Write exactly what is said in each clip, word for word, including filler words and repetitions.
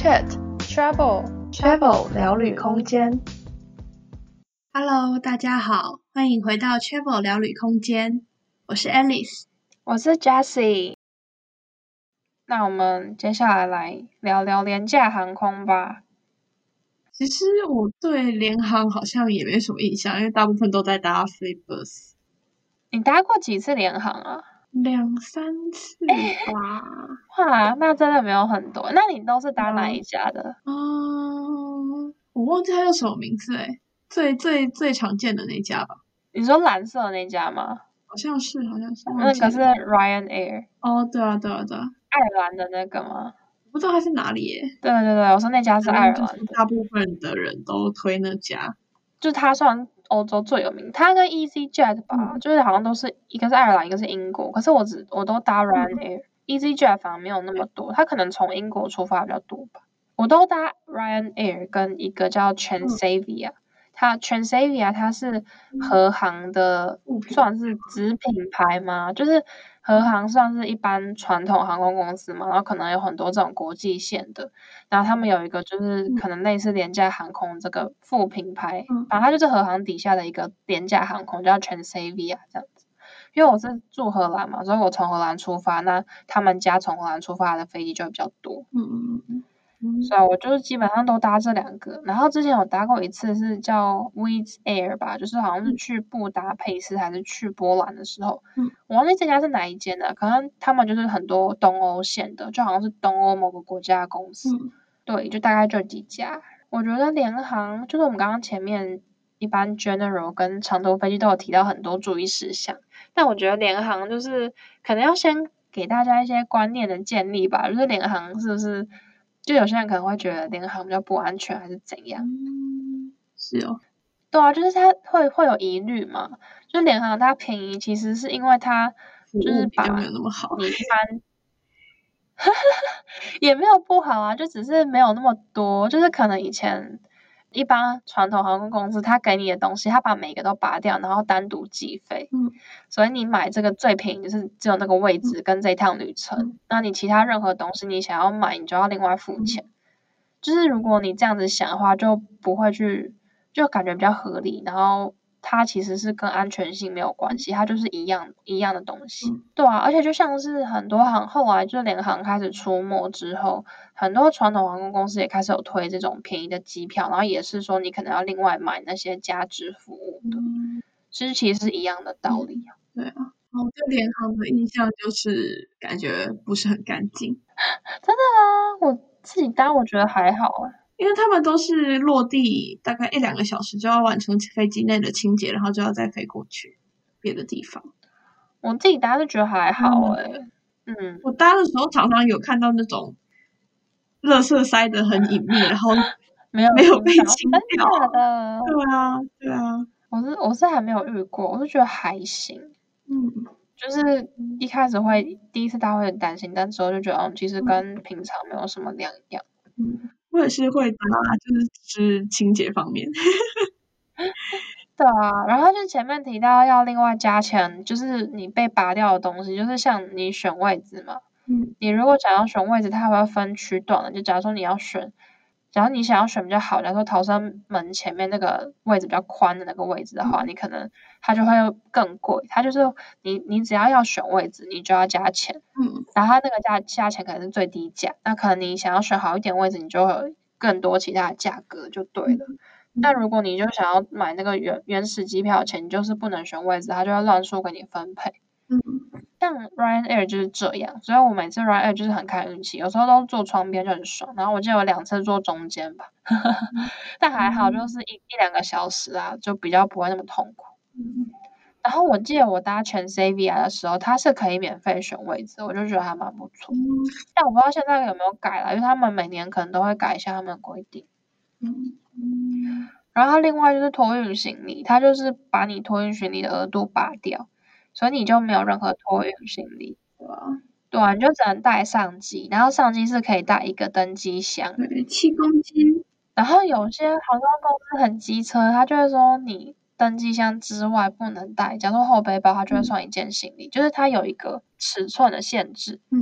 Chat Travel Travel 聊旅空间。 Hello， 大家好，欢迎回到 Travel 聊旅空间，我是 Alice， 我是 Jessie。那我们接下来来聊聊廉价航空吧。 其实我对联航好像也没什么印象，因为大部分都在搭 Flixbus。 你搭过几次联航啊？ 两三次吧。 哇，那真的没有很多。那你都是搭哪一家的？ 嗯，我忘记它叫什么名字诶，最最最常见的那家吧。 你说蓝色的那家吗？ 好像是，好像是。 那个是 Ryanair。 哦，对啊，对啊，对啊。 爱尔兰的那个吗？ 不知道它是哪里耶。 对对对，我说那家是爱尔兰的。 大部分的人都推那家， 就它算欧洲最有名。它跟 EasyJet 吧，嗯、就是好像都是一个是爱尔兰，一个是英国。可是我只我都搭 Ryanair，EasyJet、嗯、反而没有那么多，它可能从英国出发比较多吧。我都搭 Ryanair 跟一个叫 Transavia，、嗯、它 Transavia 它是荷航的，嗯、算是子品牌吗？就是荷航算是一般传统航空公司嘛，然后可能有很多这种国际线的，然后他们有一个就是可能类似廉价航空这个副品牌，嗯、反正它就是荷航底下的一个廉价航空，叫 Transavia 这样子。因为我是住荷兰嘛，所以我从荷兰出发，那他们家从荷兰出发的飞机就会比较多。嗯嗯嗯。所以我就是基本上都搭这两个，然后之前有搭过一次是叫 Wizz Air 吧，就是好像是去布达佩斯还是去波兰的时候，嗯、我忘记这家是哪一间的，可能他们就是很多东欧线的，就好像是东欧某个国家的公司，嗯、对，就大概就几家。我觉得联航就是我们刚刚前面一般 General 跟长途飞机都有提到很多注意事项，但我觉得联航就是可能要先给大家一些观念的建立吧，就是联航是不是？就有些人可能会觉得联航比较不安全，还是怎样？ 嗯，是哦。 对啊，就是它会会有疑虑嘛。就联航它便宜，其实是因为它就是把比较没有那么好。 你一般也没有不好啊，就只是没有那么多。就是可能以前一般传统航空公司，它给你的东西，它把每个都拔掉，然后单独计费。嗯。所以你买这个最便宜就是只有那个位置跟这一趟旅程，嗯、那你其他任何东西你想要买，你就要另外付钱。嗯、就是如果你这样子想的话，就不会去，就感觉比较合理。然后它其实是跟安全性没有关系，它就是一样一样的东西。嗯、对啊，而且就像是很多航后来就联航开始出没之后，很多传统航空公司也开始有推这种便宜的机票，然后也是说你可能要另外买那些加值服务的。嗯、其实其实是一样的道理啊。 对啊。我对联航的印象就是感觉不是很干净。 真的啊，我自己搭我觉得还好哎， 因为他们都是落地大概一两个小时就要完成飞机内的清洁，然后就要再飞过去别的地方。 我自己搭是觉得还好哎，嗯， 嗯我搭的时候常常有看到那种垃圾塞得很隐秘，然后没有没有被清掉。 真的？ 对啊，对啊。 我是我是还没有遇过，我是觉得还行。嗯，就是一开始会第一次搭会很担心，但之后就觉得嗯，其实跟平常没有什么两样。 嗯，我也是会搭，就是是清洁方面。 对啊，然后就前面提到要另外加钱，就是你被拔掉的东西，就是像你选位置嘛。嗯，你如果想要选位置，它还会分区段的。就假如说你要选，假如你想要选比较好，假如说逃生门前面那个位置比较宽的那个位置的话，嗯、你可能它就会更贵。它就是你你只要要选位置，你就要加钱。嗯，然后它那个价价钱可能是最低价，那可能你想要选好一点位置，你就会有更多其他的价格就对了。嗯但如果你就想要买那个原原始机票钱，你就是不能选位置，它就会乱数给你分配。嗯，像 Ryanair 就是这样，所以我每次 Ryanair 就是很看运气，有时候都坐窗边就很爽，然后我记得有两次坐中间吧，但还好就是一一两个小时啊，就比较不会那么痛苦。嗯，然后我记得我搭 Transavia 的时候，它是可以免费选位置，我就觉得还蛮不错。嗯，但我不知道现在有没有改了，因为他们每年可能都会改一下他们的规定。嗯，然后它另外就是托运行李，它就是把你托运行李的额度拔掉，所以你就没有任何托运行李，对啊，对啊，你就只能带上机，然后上机是可以带一个登机箱， 对，七公斤。 然后有些航空公司很机车，他就会说你登机箱之外不能带，假如说后背包，它就会算一件行李，嗯、就是它有一个尺寸的限制，嗯。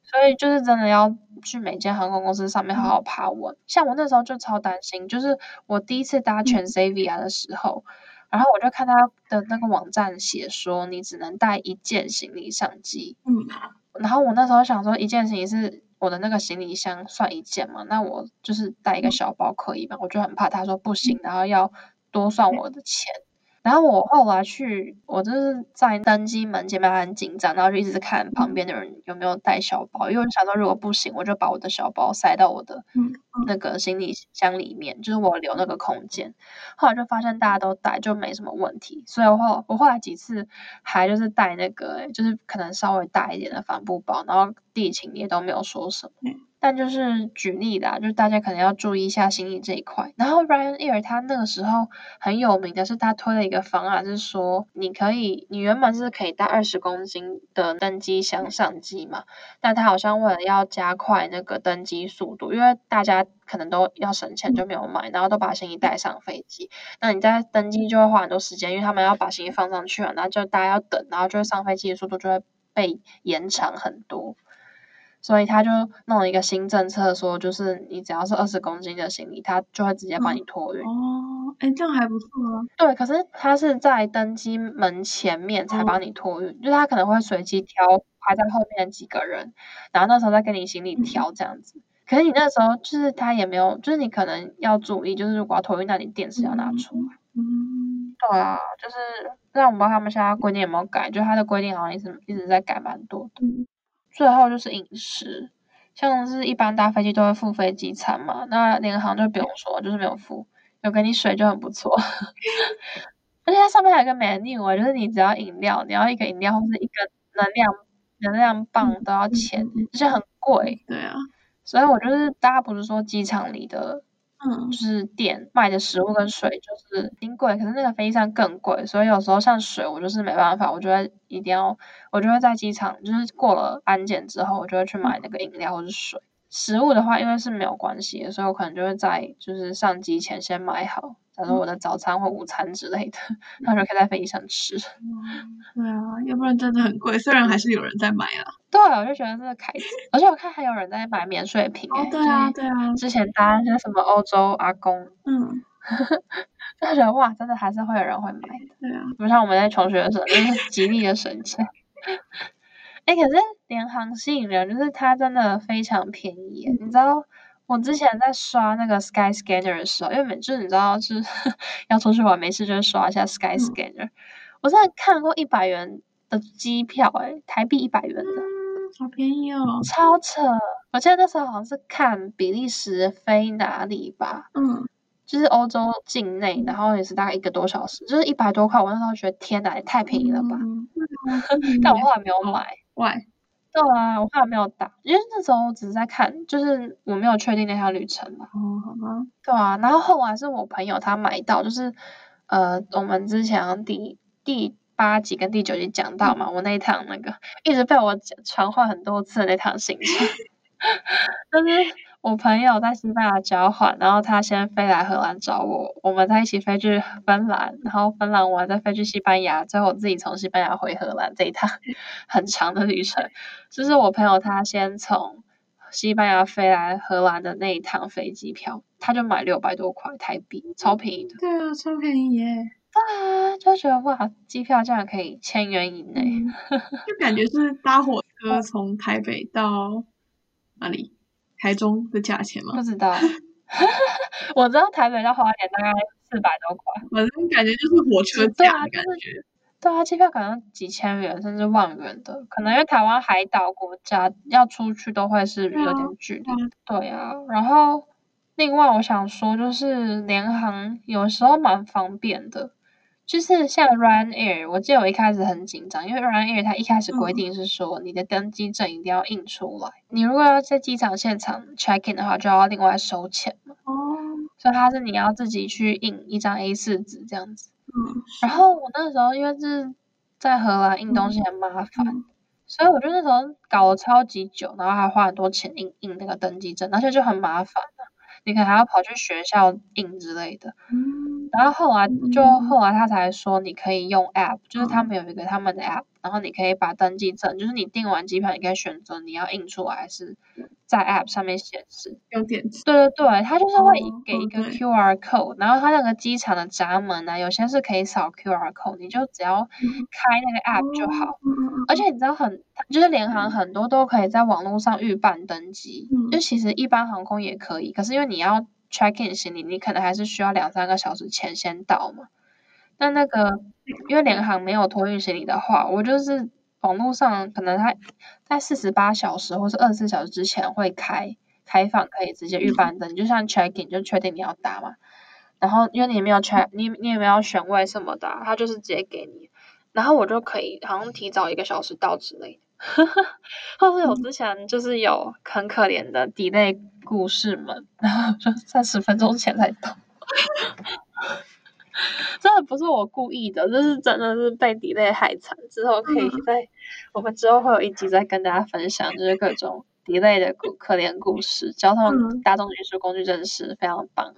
所以就是真的要去每间航空公司上面好好爬文。像我那时候就超担心，就是我第一次搭全 Xavier 的时候，然后我就看他的那个网站写说你只能带一件行李上机。 嗯， 然后我那时候想说一件行李是我的那个行李箱算一件嘛，那我就是带一个小包可以吗？我就很怕他说不行，然后要多算我的钱。然后我后来去，我就是在登机门前面很紧张，然后就一直看旁边的人有没有带小包，因为我想说如果不行，我就把我的小包塞到我的那个行李箱里面，就是我留那个空间。后来就发现大家都带，就没什么问题，所以我后我后来几次还就是带那个、欸，就是可能稍微大一点的帆布包，然后地勤也都没有说什么。但就是举例啦，就是大家可能要注意一下行李这一块。然后 Ryanair 它那个时候很有名的是，它推了一个方案，是说你可以，你原本是可以带二十公斤的登机箱上机嘛，但它好像为了要加快那个登机速度，因为大家可能都要省钱就没有买，然后都把行李带上飞机。那你在登机就会花很多时间，因为他们要把行李放上去了，然后就大家要等，然后就会上飞机的速度就会被延长很多。所以他就弄了一个新政策，说就是你只要是二十公斤的行李，他就会直接帮你托运。 哦，哎，这样还不错啊。 对，可是他是在登机门前面才帮你托运，就是他可能会随机挑排在后面的几个人，然后那时候再跟你行李挑这样子。可是你那时候就是他也没有，就是你可能要注意，就是如果要托运，那你电池要拿出来。 嗯， 对啊，就是让我不知道他们现在规定有没有改，就他的规定好像一直一直在改蛮多的。 嗯最后就是饮食，像是一般搭飞机都会付飞机餐嘛，那联航就不用说，就是没有付，有给你水就很不错。而且它上面还有个 menu 啊，就是你只要饮料，你要一个饮料或是一个能量能量棒都要钱，而且很贵。 对啊， 所以我就是大家不是说机场里的， 嗯， 就是店卖的食物跟水就是挺贵，可是那个飞机上更贵，所以有时候像水我就是没办法，我就会一定要，我就会在机场就是过了安检之后，我就会去买那个饮料或是水。食物的话，因为是没有关系的，所以我可能就会在就是上机前先买好，假如我的早餐或午餐之类的，然后就可以在飞机上吃。 对啊，要不然真的很贵，虽然还是有人在买啦。 对，我就觉得这个凯子，而且我看还有人在买免税品哦， 诶、 对啊， 就是对啊， 之前搭那些什么欧洲阿公， 嗯， 就觉得哇，真的还是会有人会买的， 对啊， 不像我们在穷学生，就是极力的省钱。哎、可是联航吸引人，就是它真的非常便宜耶。你知道我之前在刷那个 Sky Scanner 的时候，因为每次你知道就是要出去玩没事就会刷一下 Sky Scanner，、我真的看过一百元的机票，哎，台币一百元的。 嗯，好便宜哦。 超扯！我记得那时候好像是看比利时飞哪里吧， 嗯， 就是欧洲境内，然后也是大概一个多小时，就是一百多块。我那时候觉得天哪，也太便宜了吧！ 嗯，对啊， 但我后来没有买。 喂， 对啊，我后来没有打，因为那时候我只是在看，就是我没有确定那条旅程嘛。 哦，好吧， 对啊，然后后来是我朋友他买到，就是呃，我们之前第第八集跟第九集讲到嘛，我那一趟那个一直被我讲传唤很多次的那趟行程，就是我朋友在西班牙交换，然后他先飞来荷兰找我，我们在一起飞去芬兰，然后芬兰完再飞去西班牙，最后我自己从西班牙回荷兰这一趟很长的旅程，就是我朋友他先从西班牙飞来荷兰的那一趟飞机票，他就买六百多块台币，超便宜的。 对啊，超便宜耶。 对啊，就觉得哇，机票竟然可以千元以内。 嗯，就感觉是搭火车从台北到哪里？台中的价钱吗？ 不知道，我知道台北到花莲大概四百多块。 反正感觉就是火车对啊， 价的就是感觉。 对啊，机票可能几千元甚至万元的，可能因为台湾海岛国家要出去都会是对啊， 有点距离。 对啊， 对啊，然后另外我想说，就是联航有时候蛮方便的，就是像 Ryanair，我记得我一开始很紧张，因为 Ryanair 它一开始规定是说你的登机证一定要印出来，你如果要在机场现场 check in 的话，就要另外收钱嘛。 哦， 所以它是你要自己去印一张 A 四 纸这样子。 嗯， 然后我那时候因为是在荷兰印东西很麻烦， 嗯， 所以我就那时候搞了超级久，然后还花很多钱印印那个登机证，而且就很麻烦啊，你可能还要跑去学校印之类的。 嗯， 然后后来就嗯后来他才说你可以用 app，就是他们有一个他们的 app， 然后你可以把登记证，就是你订完机票，你可以选择你要印出来还是在 App 上面显示。 有点子。 对对对，它就是会哦给一个嗯对 Q R code，、然后它那个机场的闸门啊，有些是可以扫 Q R code，你就只要嗯开那个 App 就哦好。 嗯嗯而且你知道很，就是联航很多都可以在网络上预办登机， 嗯就其实一般航空也可以，可是因为你要 check in 行李，你可能还是需要两三个小时前先到嘛。那那个因为联航没有托运行李的话，我就是网络上可能它在四十八小时或是二十四小时之前会开开放，可以直接预办登，就像 check in 就确定你要打嘛。然后因为你没有 check，你你也没有选位什么的啊、他就是直接给你。然后我就可以好像提早一个小时到之类的，或是我之前就是有很可怜的 delay 故事们，然后就在十分钟前才到，真的不是我故意的，就是真的是被 delay 害惨。之后可以在、嗯、我们之后会有一集再跟大家分享，就是各种 delay 的故可怜故事。交通大众运输工具真的是非常棒。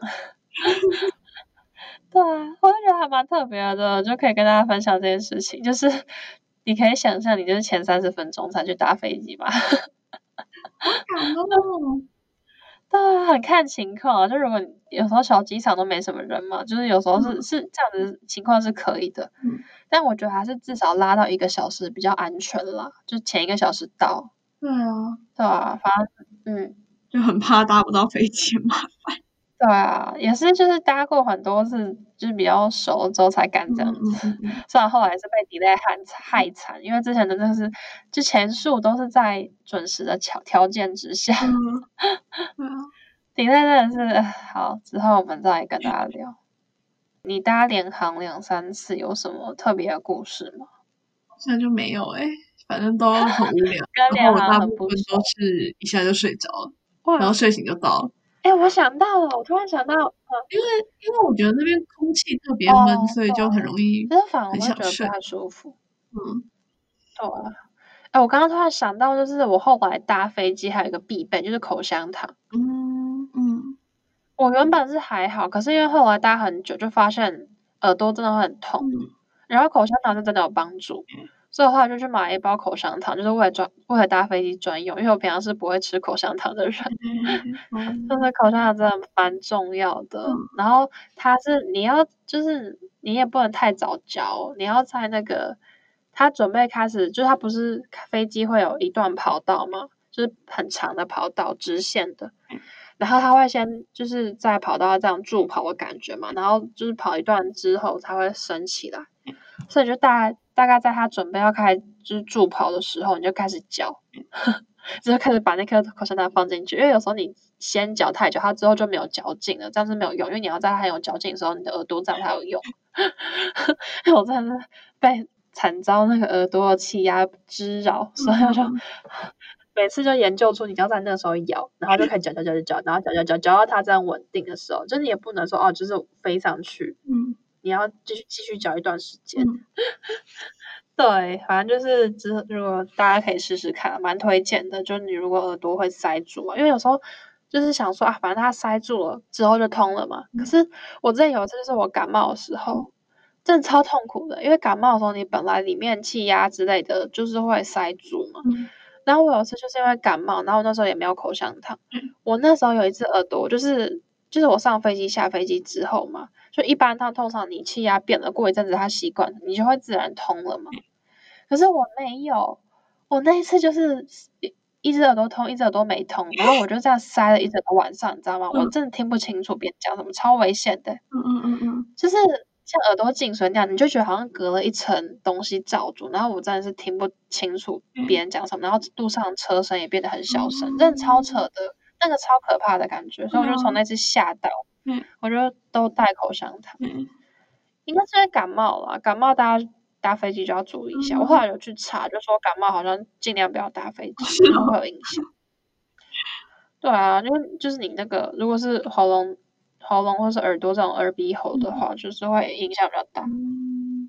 对啊，我就觉得还蛮特别的，就可以跟大家分享这件事情。就是你可以想象，你就是前三十分钟才去搭飞机吧。 好感动。 对啊，很看情况啊。就如果你有时候小机场都没什么人嘛，就是有时候是、嗯、是这样子情况是可以的。嗯。但我觉得还是至少拉到一个小时比较安全啦，就前一个小时到。 对啊。 对啊，反正嗯， 就很怕搭不到飞机麻烦。 对啊，也是就是搭过很多次，就是比较熟之后才敢这样子。嗯嗯嗯虽然后来是被 delay 害害惨，因为之前真的是就前述都是在准时的条条件之下。嗯。 对啊。 delay 真的是好，之后我们再跟大家聊。你搭联航两三次有什么特别的故事吗？ 现在就没有哎、欸，反正都很无聊。 跟然后我大部分都是一下就睡着了，然后睡醒就到了。 哎、欸，我想到了，我突然想到，嗯、 因为因为我觉得那边空气特别闷、哦，所以就很容易其实反而会觉得不太舒服。 嗯， 对啊。哎、欸，我刚刚突然想到，就是我后来搭飞机还有一个必备，就是口香糖。 嗯嗯。 我原本是还好，可是因为后来搭很久，就发现耳朵真的会很痛，嗯、然后口香糖是真的有帮助。嗯所以后来就去买一包口香糖，就是为了专为了搭飞机专用，因为我平常是不会吃口香糖的人。嗯、就是口香糖真的蛮重要的。嗯、然后它是你要就是你也不能太早嚼，你要在那个它准备开始，就是它不是飞机会有一段跑道吗？就是很长的跑道，直线的。然后它会先就是在跑道这样助跑的感觉嘛，然后就是跑一段之后才会升起来。所以就大概大概在他准备要开始就是助跑的时候，你就开始嚼，就开始把那颗口香糖放进去。因为有时候你先嚼太久，它之后就没有嚼劲了，这样是没有用。因为你要在它很有嚼劲的时候，你的耳朵这样才有用。因为我真的是被惨遭那个耳朵的气压之扰，所以我就每次就研究出你要在那个时候咬，然后就可以嚼嚼嚼嚼，然后嚼嚼嚼嚼到它这样稳定的时候，就你也不能说哦，就是飞上去。嗯。你要继续继续嚼一段时间，嗯、对，反正就是之如果大家可以试试看，蛮推荐的。就你如果耳朵会塞住啊，因为有时候就是想说啊，反正它塞住了之后就通了嘛。嗯、可是我之前有一次就是我感冒的时候，真的超痛苦的，因为感冒的时候你本来里面气压之类的就是会塞住嘛。嗯、然后我有一次就是因为感冒，然后我那时候也没有口香糖，嗯、我那时候有一次耳朵就是就是我上飞机下飞机之后嘛。就一般它通常你气压变了，过一阵子它习惯了，你就会自然通了嘛。可是我没有，我那一次就是一只耳朵通，一只耳朵没通，然后我就这样塞了一整个晚上，你知道吗？我真的听不清楚别人讲什么，超危险的。嗯嗯嗯嗯，就是像耳朵进水那样，你就觉得好像隔了一层东西罩住，然后我真的是听不清楚别人讲什么，然后路上车声也变得很小声，真的超扯的，那个超可怕的感觉，所以我就从那次吓到。嗯，我就都带口香糖。嗯，应该是因为感冒啦，感冒大家搭飞机就要注意一下。嗯、我后来有去查，就说感冒好像尽量不要搭飞机，因为会有影响。对啊，因为就是你那个如果是喉咙、喉咙或是耳朵这种耳鼻喉的话，嗯、就是会影响比较大。 嗯，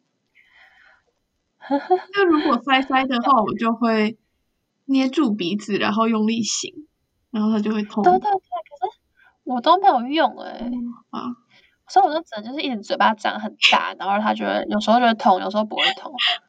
那如果塞塞的话，我就会捏住鼻子，然后用力擤，然后它就会痛。 对对对，可是我都没有用哎、欸。嗯啊。所以我就只能就是一直嘴巴张很大，然后它就会有时候就会痛，有时候不会痛。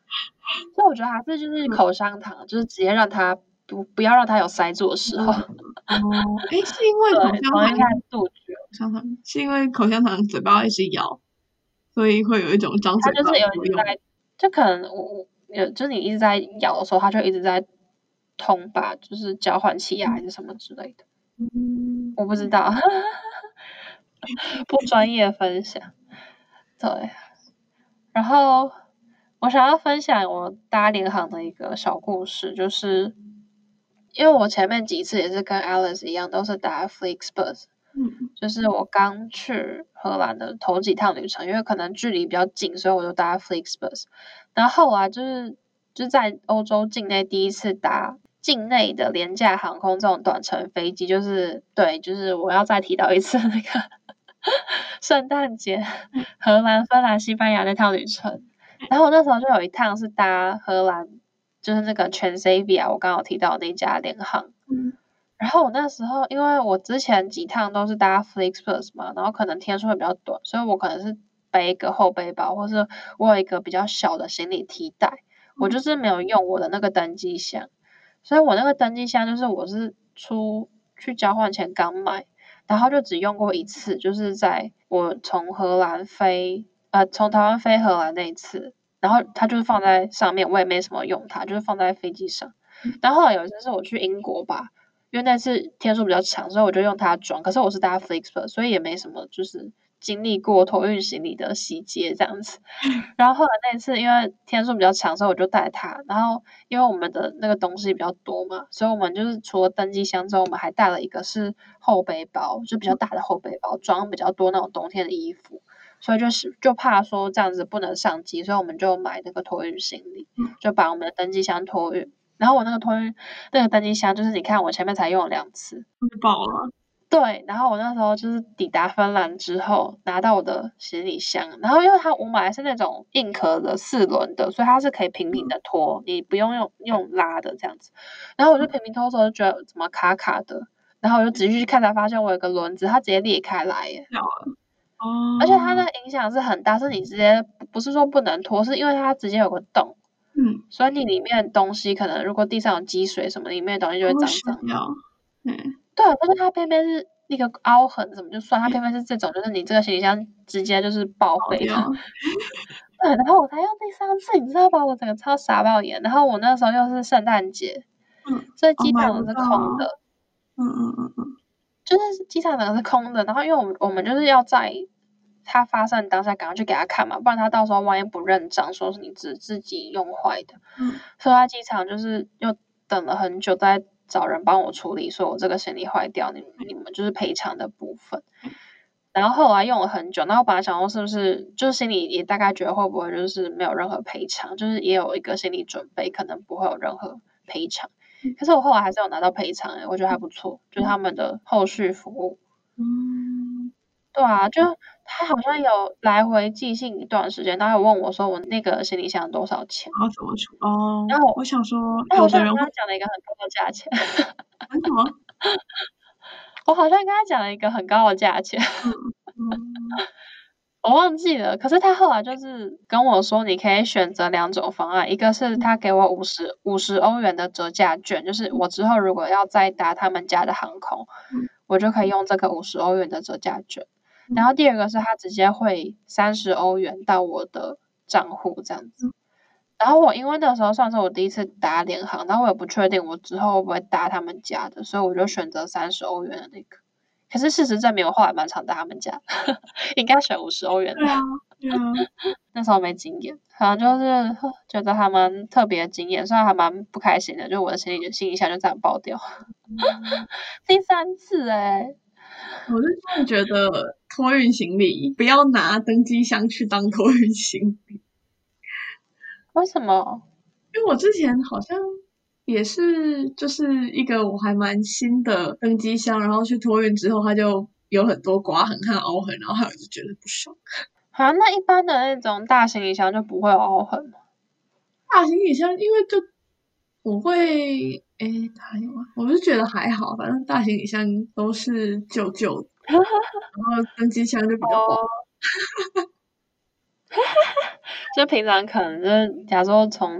所以我觉得还是就是口香糖，就是直接让它不不要让它有塞住的时候。 哦，哎，是因为口对， 香糖从一开始杜绝， 口香糖是因为口香糖嘴巴要一直咬，所以会有一种张嘴巴它就是有作用。 一直在，就可能我我有就是你一直在咬的时候，它就一直在通吧，就是交换气啊还是什么之类的， 嗯， 我不知道，不专业分享。对，然后我想要分享我搭联航的一个小故事，就是因为我前面几次也是跟 Alice 一样，都是搭 Flixbus， 嗯就是我刚去荷兰的头几趟旅程，因为可能距离比较近，所以我就搭 Flixbus。然后后来就是就在欧洲境内第一次搭境内的廉价航空这种短程飞机，就是对，就是我要再提到一次那个圣诞节荷兰、芬兰、西班牙那趟旅程。然后我那时候就有一趟是搭荷兰，就是那个 Transavia，我刚刚有提到的那家联航。 嗯然后我那时候，因为我之前几趟都是搭 Flixbus 嘛，然后可能天数会比较短，所以我可能是背一个后背包，或是我有一个比较小的行李提袋，我就是没有用我的那个登机箱，所以我那个登机箱就是我是出去交换前刚买，然后就只用过一次，就是在我从荷兰飞，呃，从台湾飞荷兰那一次，然后它就是放在上面，我也没什么用它，就是放在飞机上。然后后来有一次是我去英国吧。因为那次天数比较长，所以我就用它装。可是我是搭 Flixbus，所以也没什么就是经历过托运行李的细节这样子。然后后来那次因为天数比较长，所以我就带它。然后因为我们的那个东西比较多嘛，所以我们就是除了登机箱之后，我们还带了一个是后背包，就比较大的后背包，装比较多那种冬天的衣服。所以就是就怕说这样子不能上机，所以我们就买那个托运行李，就把我们的登机箱托运。然后我那个托运那个登机箱，就是你看我前面才用了两次， 饱了。 对。然后我那时候就是抵达芬兰之后，拿到我的行李箱，然后因为它我买的是那种硬壳的四轮的，所以它是可以平平的拖，你不用用用拉的这样子。然后我就平平拖的时候就觉得怎么卡卡的，然后我就仔细去看才发现我有个轮子，它直接裂开来耶。 掉了而且它哦， 的影响是很大，是你直接不是说不能拖，是因为它直接有个洞， 嗯， 所以你里面的东西可能如果地上有积水什么，里面的东西就会它会脏脏的。 湿掉。嗯， 对，但是它偏偏是一个凹痕，怎么就算？它偏偏是这种，就是你这个行李箱直接就是报废的。 爆掉。 对，然后我才用第三次，你知道吧？我整个超傻爆眼。然后我那时候又是圣诞节， 嗯， 所以哦，买不机场是空到。 的， 嗯嗯嗯嗯就是机场整个是空的。然后因为我们我们就是要在它发生当下赶快去给他看嘛，不然他到时候万一不认账，说是你自自己用坏的。 嗯所以在机场就是又等了很久，在找人帮我处理，说我这个行李坏掉，你你们就是赔偿的部分。然后后来用了很久，然后我本来想说是不是就是心里也大概觉得会不会就是没有任何赔偿，就是也有一个心理准备，可能不会有任何赔偿。可是我后来还是有拿到赔偿诶，我觉得还不错，就是他们的后续服务。 嗯， 对啊，就他好像有来回寄信一段时间，然后有问我说我那个行李箱多少钱， 然后怎么处？哦， 然后我想说， 哎，我好像跟有的人会他讲了一个很高的价钱， 很什么？ 我好像跟他讲了一个很高的价钱。 嗯嗯我忘记了，可是他后来就是跟我说，你可以选择两种方案，一个是他给我五十五十欧元的折价券，就是我之后如果要再搭他们家的航空， 嗯我就可以用这个五十欧元的折价券。 嗯然后第二个是他直接汇三十欧元到我的账户这样子。 嗯然后我因为那时候算是我第一次搭联航，然后我也不确定我之后会不会搭他们家的，所以我就选择三十欧元的那个。可是事实证明，我后来蛮常搭他们家，应该选五十欧元的。 对啊，对啊， 那时候没经验，反正就是呵觉得还蛮特别的经验，虽然还蛮不开心的，就我的行李行李箱就这样爆掉，第三次哎、 我是真的觉得托运行李不要拿登机箱去当托运行李， 为什么？ 因为我之前好像也是就是一个我还蛮新的登机箱，然后去托运之后，它就有很多刮痕和凹痕，然后还有就觉得不爽。 好像那一般的那种大行李箱就不会有凹痕吗？ 大行李箱因为就我会诶，还有吗？我是觉得还好，反正大行李箱都是旧旧的，然后登机箱就比较刮。 哦，就平常可能就是假如说从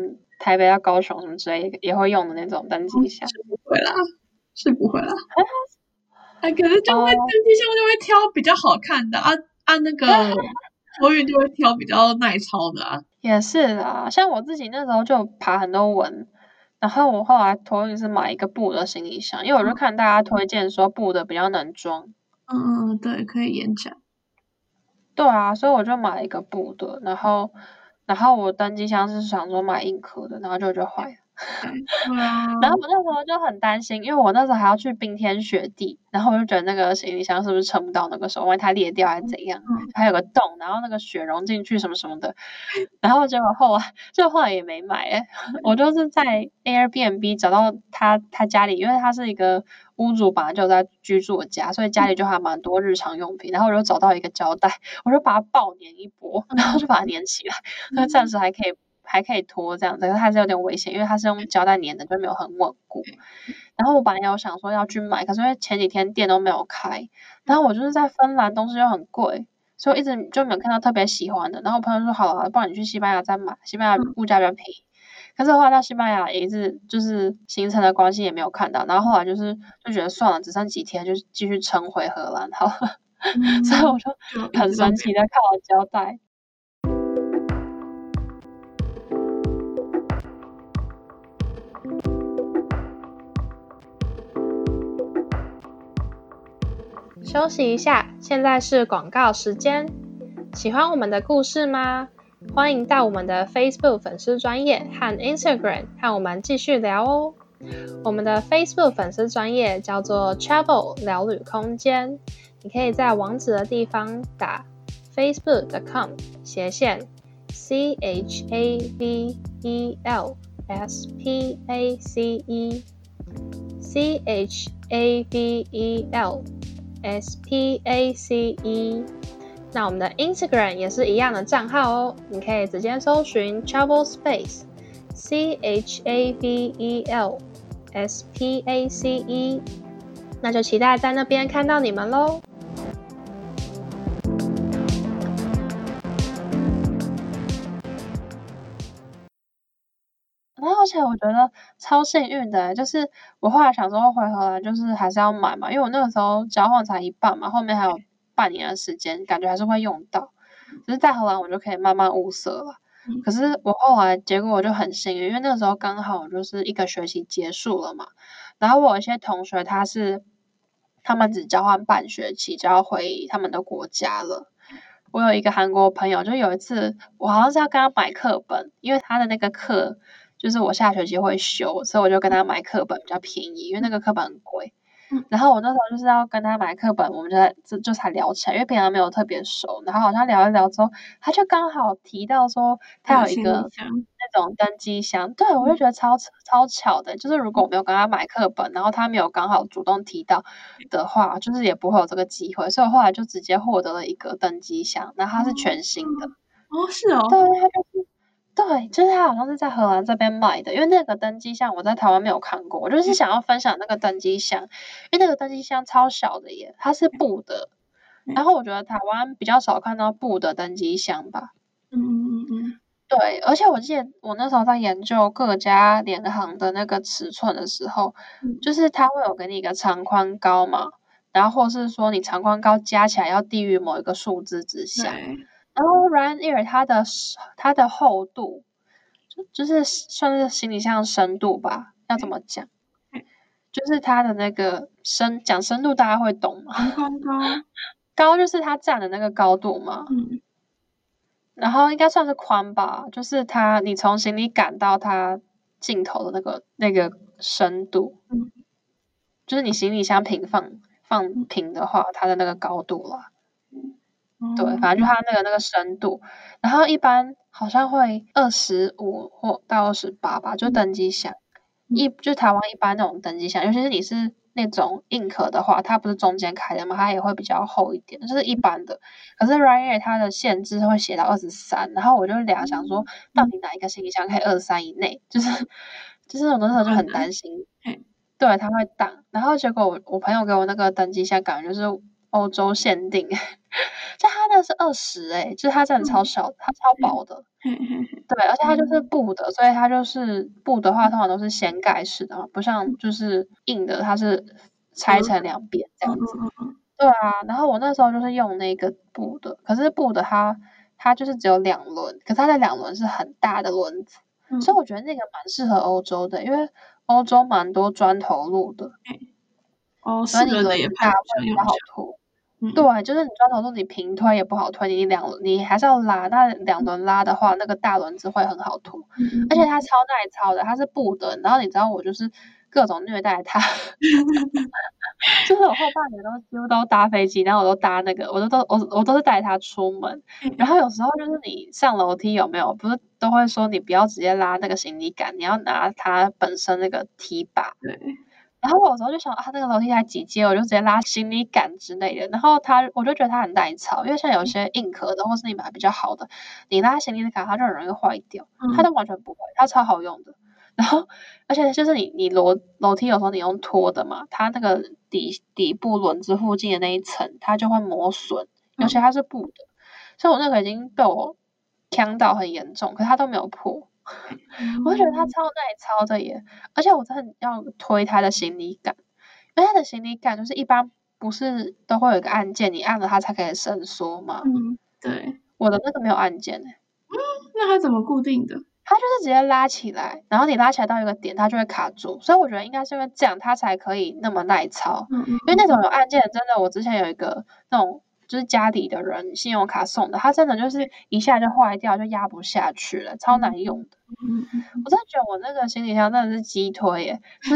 台北到高雄什么之类也会用的那种登机箱。 是不会啦，是不会啦。啊，可是就会、 哦、 登机箱就会挑比较好看的啊啊，那个托运就会挑比较耐操的啊。 也是啦，像我自己那时候就爬很多文，然后我后来托运是买一个布的行李箱，因为我就看大家推荐说布的比较能装。 嗯嗯嗯，对，可以延展。 对啊，所以我就买了一个布的，然后然后我登机箱是想说买硬壳的，然后就就坏了。 对啊， 然后我那时候就很担心，因为我那时候还要去冰天雪地，然后我就觉得那个行李箱是不是撑不到那个时候，万一它裂掉还是怎样， 嗯还有个洞，然后那个雪融进去什么什么的，然后结果后来就后来也没买、欸，我就是在 Airbnb 找到他他家里，因为他是一个屋主，本来就在居住的家，所以家里就还蛮多日常用品，然后我就找到一个胶带，我就把它爆粘一波，然后就把它粘起来，那暂时还可以。还可以拖这样子，可是还是有点危险，因为它是用胶带粘的，就没有很稳固。然后我本来有想说要去买，可是因为前几天店都没有开，然后我就是在芬兰东西又很贵，所以我一直就没有看到特别喜欢的。然后我朋友说好了，不然你去西班牙再买，西班牙物价比较便宜。可是后来到西班牙也是就是行程的关系也没有看到，然后后来就是就觉得算了，只剩几天，就继续撑回荷兰好了。 嗯、 所以我就很神奇的看了胶带。休息一下，现在是广告时间。喜欢我们的故事吗？欢迎到我们的 Facebook 粉丝专页和 Instagram 和我们继续聊哦。我们的 Facebook 粉丝专页叫做 Travel 聊旅空间，你可以在网址的地方打 facebook dot com 斜线 C H A V E L S P A C E C H A V E L S P A C E。 那我们的 Instagram 也是一样的账号哦，你可以直接搜寻 Travel Space C H A V E L S P A C E， 那就期待在那边看到你们咯。然后而且我觉得超幸运的，就是我后来想说回荷兰就是还是要买嘛，因为我那个时候交换才一半嘛，后面还有半年的时间，感觉还是会用到。只是在荷兰我就可以慢慢物色了。可是我后来结果我就很幸运，因为那个时候刚好就是一个学期结束了嘛，然后我有一些同学他是他们只交换半学期就要回他们的国家了。我有一个韩国朋友，就有一次我好像是要跟他买课本，因为他的那个课就是我下学期会修，所以我就跟他买课本比较便宜，因为那个课本很贵。然后我那时候就是要跟他买课本，我们就在就就才聊起来，因为平常没有特别熟。然后好像聊一聊之后，他就刚好提到说他有一个那种登机箱，对我就觉得超超巧的，就是如果我没有跟他买课本，然后他没有刚好主动提到的话，就是也不会有这个机会。所以我后来就直接获得了一个登机箱，然后它是全新的。 哦，是哦， 对，它就是。对，就是他好像是在荷兰这边卖的，因为那个登机箱我在台湾没有看过，我就是想要分享那个登机箱，因为那个登机箱超小的耶，它是布的，然后我觉得台湾比较少看到布的登机箱吧。 嗯嗯嗯， 对，而且我记得我那时候在研究各家联航的那个尺寸的时候，就是它会有给你一个长宽高嘛，然后或是说你长宽高加起来要低于某一个数字之下。然后 Ryanair 它的它的厚度，就就是算是行李箱深度吧，要怎么讲？就是它的那个深，讲深度大家会懂吗？ 高高高就是它站的那个高度嘛。 嗯。 然后应该算是宽吧，就是它你从行李杆到它尽头的那个那个深度， 嗯， 就是你行李箱平放放平的话，它的那个高度啦。对，反正就它那个那个深度，然后一般好像会二十五或到二十八吧，就登机箱。一就台湾一般那种登机箱，尤其是你是那种硬壳的话，它不是中间开的嘛，它也会比较厚一点，就是一般的。可是 Ryanair 它的限制会写到二十三，然后我就俩想说，到底哪一个行李箱可以二十三以内？就是就是我那时候就很担心，对，它会挡。然后结果我我朋友给我那个登机箱，感觉就是欧洲限定，就它那是二十哎，就是它真的超小，它超薄的。对，而且它就是布的，所以它就是布的话，通常都是掀盖式的，不像就是硬的，它是拆成两边这样子。对啊，然后我那时候就是用那个布的，可是布的它它就是只有两轮，可是它的两轮是很大的轮子，所以我觉得那个蛮适合欧洲的，因为欧洲蛮多砖头路的。 哦， 所以你轮子大会比较好拖。对，就是你砖头路你平推也不好推，你两你还是要拉，那两轮拉的话，那个大轮子会很好拖，而且它超耐操的，它是布的，然后你知道我就是各种虐待它。就是我后半年都几乎都搭飞机，然后我都搭那个，我都都我我都是带它出门。然后有时候就是你上楼梯有没有，不是都会说你不要直接拉那个行李杆，你要拿它本身那个提把。 对。 然后我有时候就想啊，那个楼梯才几阶，我就直接拉行李杆之类的。然后它，我就觉得它很耐操，因为像有些硬壳的，或是你买比较好的，你拉行李杆它就很容易坏掉，它都完全不会，它超好用的。然后，而且就是你你楼楼梯有时候你用拖的嘛，它那个底底部轮子附近的那一层，它就会磨损，尤其它是布的，所以我那个已经被我呛到很严重，可它都没有破。我就觉得它超耐操的耶，而且我真的要推它的行李杆，因为它的行李杆就是一般不是都会有一个按键，你按了它才可以伸缩嘛。 嗯，对。 我的那个没有按键诶。 嗯，那它怎么固定的？ 它就是直接拉起来，然后你拉起来到一个点，它就会卡住。所以我觉得应该是因为这样，它才可以那么耐操。 嗯嗯。 因为那种有按键的，真的，我之前有一个那种就是家里的人信用卡送的，它真的就是一下就坏掉，就压不下去了，超难用的。 嗯嗯。 我真的觉得我那个行李箱真的是鸡推耶，就是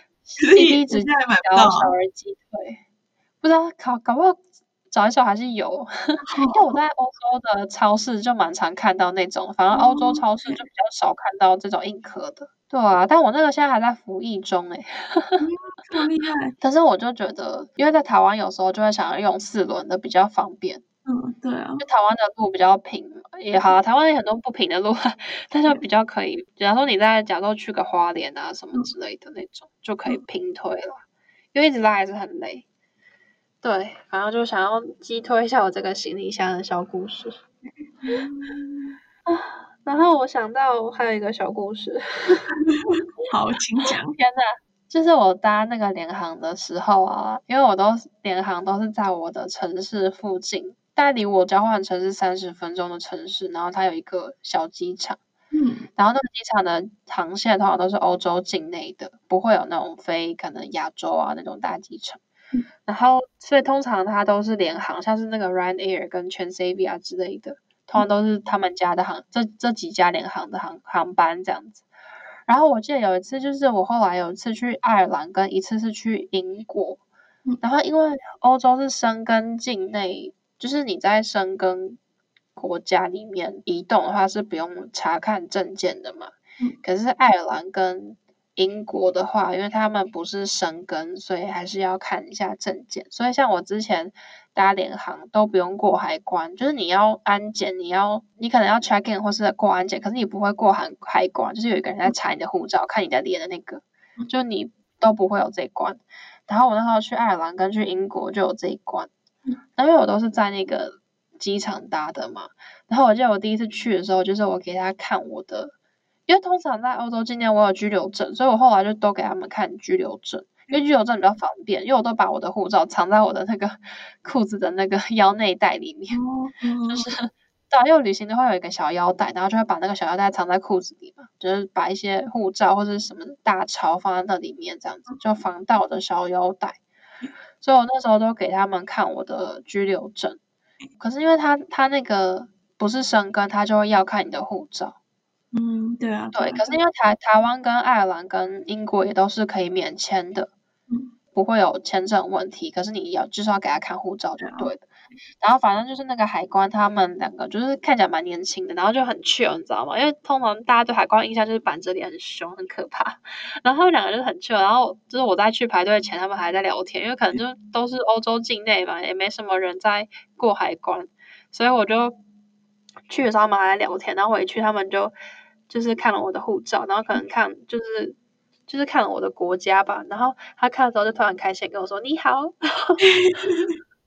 C P 值小小而鸡推，不知道搞搞不好找一找还是有，因为我在欧洲的超市就蛮常看到那种，反正欧洲超市就比较少看到这种硬壳的。对啊，但我那个现在还在服役中诶。 这么厉害。 但是我就觉得，因为在台湾有时候就会想要用四轮的比较方便。 嗯，对啊。 就台湾的路比较平也好，台湾有很多不平的路，但是比较可以，假如说你在假如说去个花莲啊什么之类的那种，就可以平推了，因为一直拉还是很累。对，反正就想要击推一下我这个行李箱的小故事。啊，然后我想到还有一个小故事。 好，请讲。 天哪，就是我搭那个联航的时候啊，因为我都联航都是在我的城市附近，大概离我交换城市三十分钟的城市，然后它有一个小机场。 嗯。 然后那个机场的航线通常都是欧洲境内的，不会有那种飞可能亚洲啊那种大机场。然后所以通常它都是联航，像是那个 Ryanair 跟 Transavia 之类的，通常都是他们家的航，这这几家联航的航航班这样子。然后我记得有一次，就是我后来有一次去爱尔兰，跟一次是去英国。然后因为欧洲是申根境内，就是你在申根国家里面移动的话是不用查看证件的嘛。可是爱尔兰跟英国的话，因为他们不是申根，所以还是要看一下证件。所以像我之前搭联航都不用过海关，就是你要安检，你要你可能要 check in 或是过安检，可是你不会过海海关，就是有一个人在查你的护照，看你的脸的那个，就你都不会有这一关。然后我那时候去爱尔兰跟去英国就有这一关，因为我都是在那个机场搭的嘛。然后我记得我第一次去的时候，就是我给他看我的。因为通常在欧洲境内我有居留证，所以我后来就都给他们看居留证，因为居留证比较方便，因为我都把我的护照藏在我的那个裤子的那个腰内袋里面，就是对，因为旅行的话有一个小腰带，然后就会把那个小腰带藏在裤子里嘛，就是把一些护照或者什么大钞放在那里面，这样子就防盗我的小腰带。所以我那时候都给他们看我的居留证，可是因为他他那个不是申根，他就会要看你的护照。 嗯，对啊， 对，可是因为台台湾跟爱尔兰跟英国也都是可以免签的， 嗯， 不会有签证问题。可是你要就是要给他看护照就对了。然后反正就是那个海关，他们两个就是看起来蛮年轻的，然后就很 chill，你知道吗？因为通常大家对海关印象就是板着脸很凶很可怕，然后他们两个就是很 chill，然后就是我在去排队前，他们还在聊天，因为可能就都是欧洲境内嘛，也没什么人在过海关，所以我就去的时候他们还在聊天，然后回去他们就。就是看了我的护照，然后可能看就是就是看了我的国家吧，然后他看的时候就突然开心跟我说你好，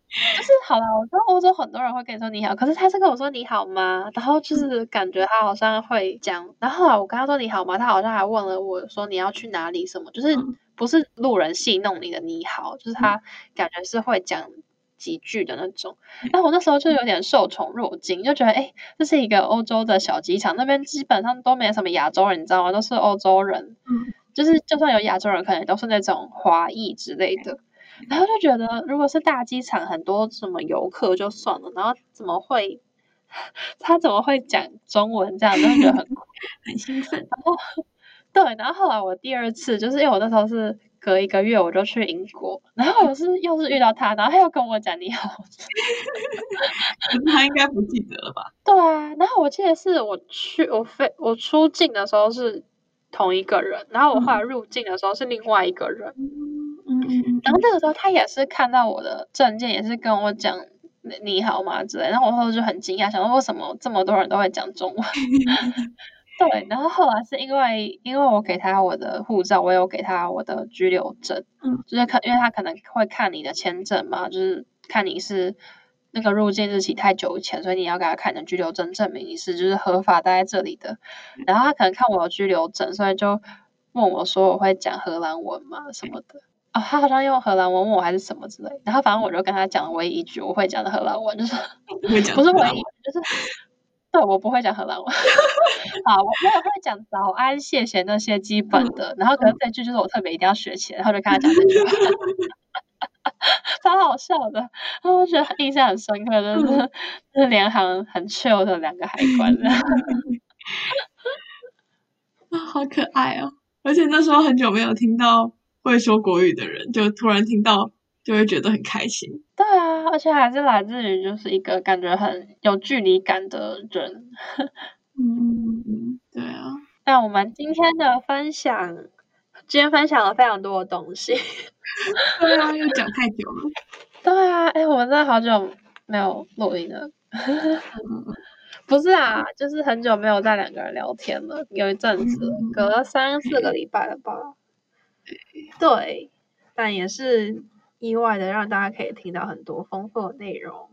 就是好啦，我知道欧洲很多人会跟你说你好，可是他是跟我说你好吗？然后就是感觉他好像会讲，然后后来我跟他说你好吗？他好像还问了我说你要去哪里什么，就是嗯不是路人戏弄你的你好，就是他感觉是会讲几句的那种。然后我那时候就有点受宠若惊，就觉得诶，这是一个欧洲的小机场，那边基本上都没什么亚洲人，你知道吗？都是欧洲人， 嗯就是就算有亚洲人，可能都是那种华裔之类的。然后就觉得，如果是大机场很多什么游客就算了，然后怎么会他怎么会讲中文这样，就会觉得很酷。 很兴奋。 然后对，然后后来我第二次就是因为我那时候是隔一个月我就去英国，然后我是又是遇到他，然后他又跟我讲你好。 可是他应该不记得了吧？ 对啊，然后我记得是我去我飞我出境的时候是同一个人，然后我后来嗯入境的时候是另外一个人。 嗯嗯嗯然后那个时候他也是看到我的证件，也是跟我讲你你好吗之类的，然后我后来就很惊讶，想说为什么这么多人都会讲中文？对，然后后来是因为因为我给他我的护照，我有给他我的居留证， 嗯就是看，因为他可能会看你的签证嘛，就是看你是那个入境日期太久以前，所以你要给他看你的居留证，证明你是就是合法待在这里的。然后他可能看我的居留证，所以就问我说我会讲荷兰文吗什么的。哦，他好像用荷兰文问我还是什么之类，然后反正我就跟他讲了唯一一句我会讲的荷兰文，就是我不会讲不是唯一， 荷兰文。 就是对我不会讲荷兰文。好，我我也会讲早安、谢谢那些基嗯本的，然后可是嗯这句就是我特别一定要学起来，然后就跟他讲这句话，超好笑的，然后我觉得印象很深刻，就嗯是就是联航很 chill 的两个海关的。 啊，好可爱哦！而且那时候很久没有听到会说国语的人，就突然听到就会觉得很开心。 对啊，而且还是来自于就是一个感觉很有距离感的人。 嗯嗯嗯，对啊， 那我们今天的分享，今天分享了非常多的东西。 对啊，又讲太久了。 对啊，哎，我们真的好久没有录音了。 嗯不是啊，就是很久没有在两个人聊天了，有一阵子了， 嗯隔了三四个礼拜了吧？对，但也是意外的，让大家可以听到很多丰富的内容。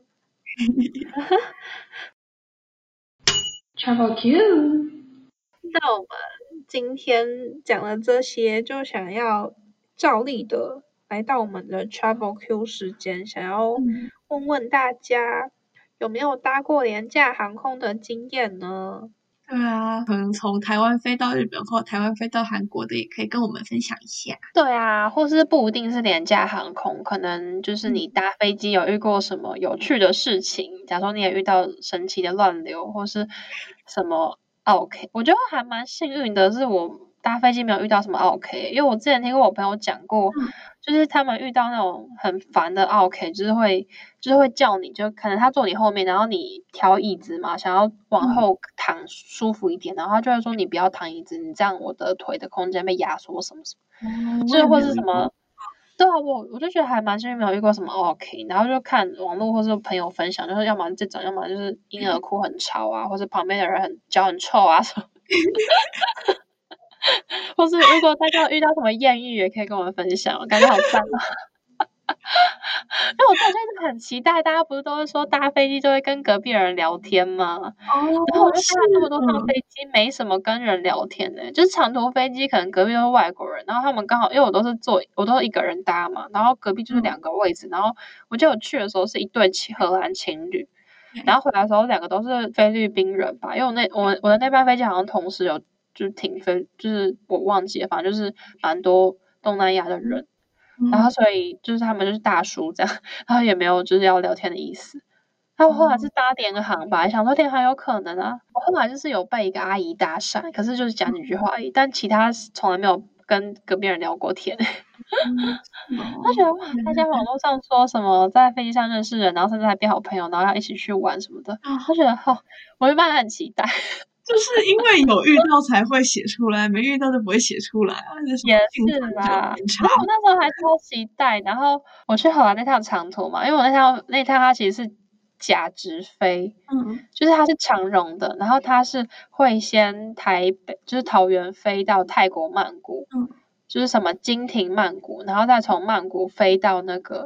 ，Travel Q。 那我们今天讲了这些，就想要照例的来到我们的 Travel Q 时间，想要嗯问问大家有没有搭过廉价航空的经验呢？ 对啊，可能从台湾飞到日本或台湾飞到韩国的，也可以跟我们分享一下。 对啊，或是不一定是廉价航空，可能就是你嗯搭飞机有遇过什么有趣的事情，假如说你也遇到神奇的乱流，或是什么 OK，我觉得还蛮幸运的，是我搭飞机没有遇到什么 OK，因为我之前听过我朋友讲过， 嗯就是他们遇到那种很烦的 OK，就是会就是会叫你就可能他坐你后面，然后你调椅子嘛，想要往嗯后躺舒服一点，然后他就会说你不要躺椅子，你这样我的腿的空间被压缩什么什么。 哦，我也就是或没有遇过。 是什么，对啊，我我就觉得还蛮幸运，没有遇过什么 OK，然后就看网络或是朋友分享，就是要么这种，要么就是婴儿哭很吵啊，或是旁边的人很脚很臭啊什么，或是如果大家有遇到什么艳遇，也可以跟我们分享，感觉好赞啊！因为我真的就是很期待，大家不是都会说搭飞机就会跟隔壁的人聊天吗？然后我哦， 就是， 搭了这么多趟嗯飞机，没什么跟人聊天的、就是长途飞机可能隔壁都是外国人，然后他们刚好因为我都是坐，我都是一个人搭嘛，然后隔壁就是嗯， 两个位置，然后我记得我去的时候是一对情荷兰情侣， 对然后回来的时候两个都是菲律宾人吧，因为我那我我的那班飞机好像同时有就是停飞，就是我忘记了，反正就是蛮多东南亚的人。然后嗯所以就是他们就是大叔这样，然后也没有就是要聊天的意思。然后我后来是哦搭联航吧，想说联航有可能啊。我后来就是有被一个阿姨搭讪，可是就是讲几句话而已，但其他从来没有跟隔壁人聊过天。 嗯，是哦， 他觉得哇，大家网络上说什么在飞机上认识人，然后甚至还变好朋友，然后要一起去玩什么的， 啊， 他觉得好、哦，我原本很期待。 就是因为有遇到才会写出来，没遇到就不会写出来啊，这什么也幸是啦， 存者偏差。 然后我那时候还超期待，然后我去荷兰那趟长途嘛，因为我那趟那趟它其实是假直飞， 嗯就是它是长荣的，然后它是会先台北，就是桃园飞到泰国曼谷， 嗯就是什么金亭曼谷，然后再从曼谷飞到那个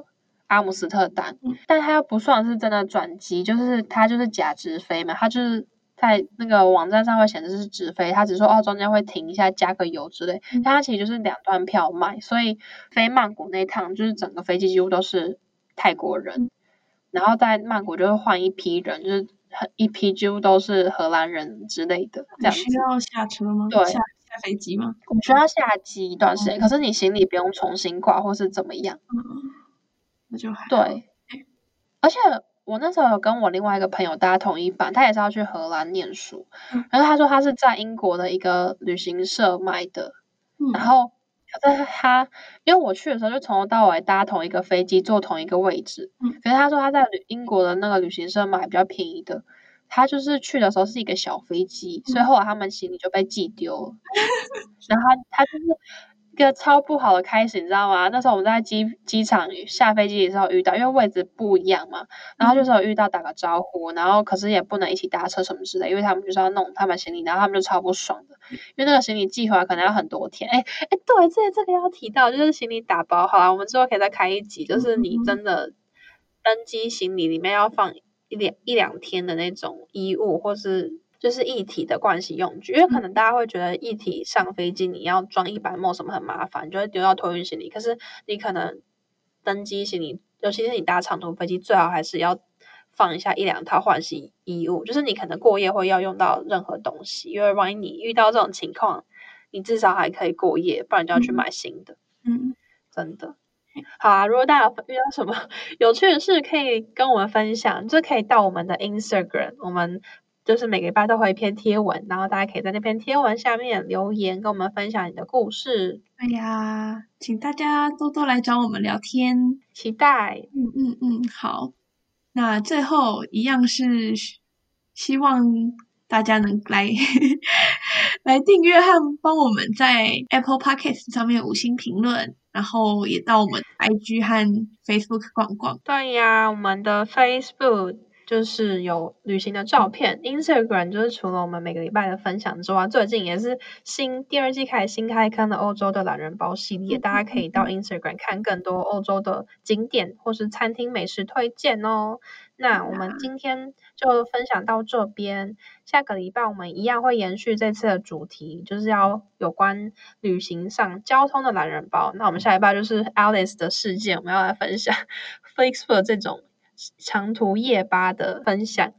阿姆斯特丹， 嗯、 但它又不算是真的转机，就是它就是假直飞嘛，它就是在那个网站上会显示是直飞，它只说哦中间会停一下加个油之类，但它其实就是两段票卖，所以飞曼谷那趟就是整个飞机几乎都是泰国人，嗯、然后在曼谷就会换一批人，就是一批几乎都是荷兰人之类的这样子。 你需要下车吗？ 对， 下下飞机吗？ 我需要下机一段时间，嗯、可是你行李不用重新挂或是怎么样。 嗯，那就还好。 对，而且我那时候有跟我另外一个朋友搭同一班，他也是要去荷兰念书，嗯、然后他说他是在英国的一个旅行社买的，嗯、然后可是他因为我去的时候就从头到尾搭同一个飞机，坐同一个位置，嗯、可是他说他在英国的那个旅行社买比较便宜的，他就是去的时候是一个小飞机，嗯、所以后来他们行李就被寄丢了，然后他他就是一个超不好的开始，你知道吗？那时候我们在机机场下飞机的时候遇到，因为位置不一样嘛，然后就是有遇到打个招呼，然后可是也不能一起搭车什么之类，因为他们就是要弄他们行李，然后他们就超不爽的，因为那个行李寄回来可能要很多天。哎哎，对，这这个要提到，就是行李打包好了，我们之后可以再开一集，就是你真的登机行李里面要放一两一两天的那种衣物，或是就是一体的盥洗用具，因为可能大家会觉得一体上飞机你要装一百 ml 什么很麻烦，就会丢到托运行李。可是你可能登机行李，尤其是你搭长途飞机，最好还是要放一下一两套换洗衣物，就是你可能过夜会要用到任何东西，因为万一你遇到这种情况，你至少还可以过夜，不然就要去买新的。嗯，真的。好啊，如果大家遇到什么有趣的事，可以跟我们分享，就可以到我们的 Instagram， 我们就是每个礼拜都会一篇贴文，然后大家可以在那篇贴文下面留言，跟我们分享你的故事。 哎呀，请大家多多来找我们聊天， 期待。 嗯嗯嗯，好。那最后一样是希望大家能来来订阅和帮我们在 Apple Podcast 上面五星评论，然后也到我们 I G 和 Facebook 逛逛。 对呀，我们的 Facebook 就是有旅行的照片， Instagram 就是除了我们每个礼拜的分享之外，最近也是新第二季开始新开坑的欧洲的懒人包系列，大家可以到 Instagram 看更多欧洲的景点或是餐厅美食推荐哦。那我们今天就分享到这边，下个礼拜我们一样会延续这次的主题，就是要有关旅行上交通的懒人包。那我们下礼拜就是 Alice 的事件，我们要来分享 Flixbus 这种长途夜巴的分享。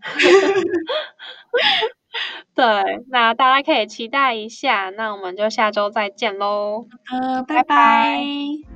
对，那大家可以期待一下，那我们就下周再见喽。 呃，拜拜。 拜拜。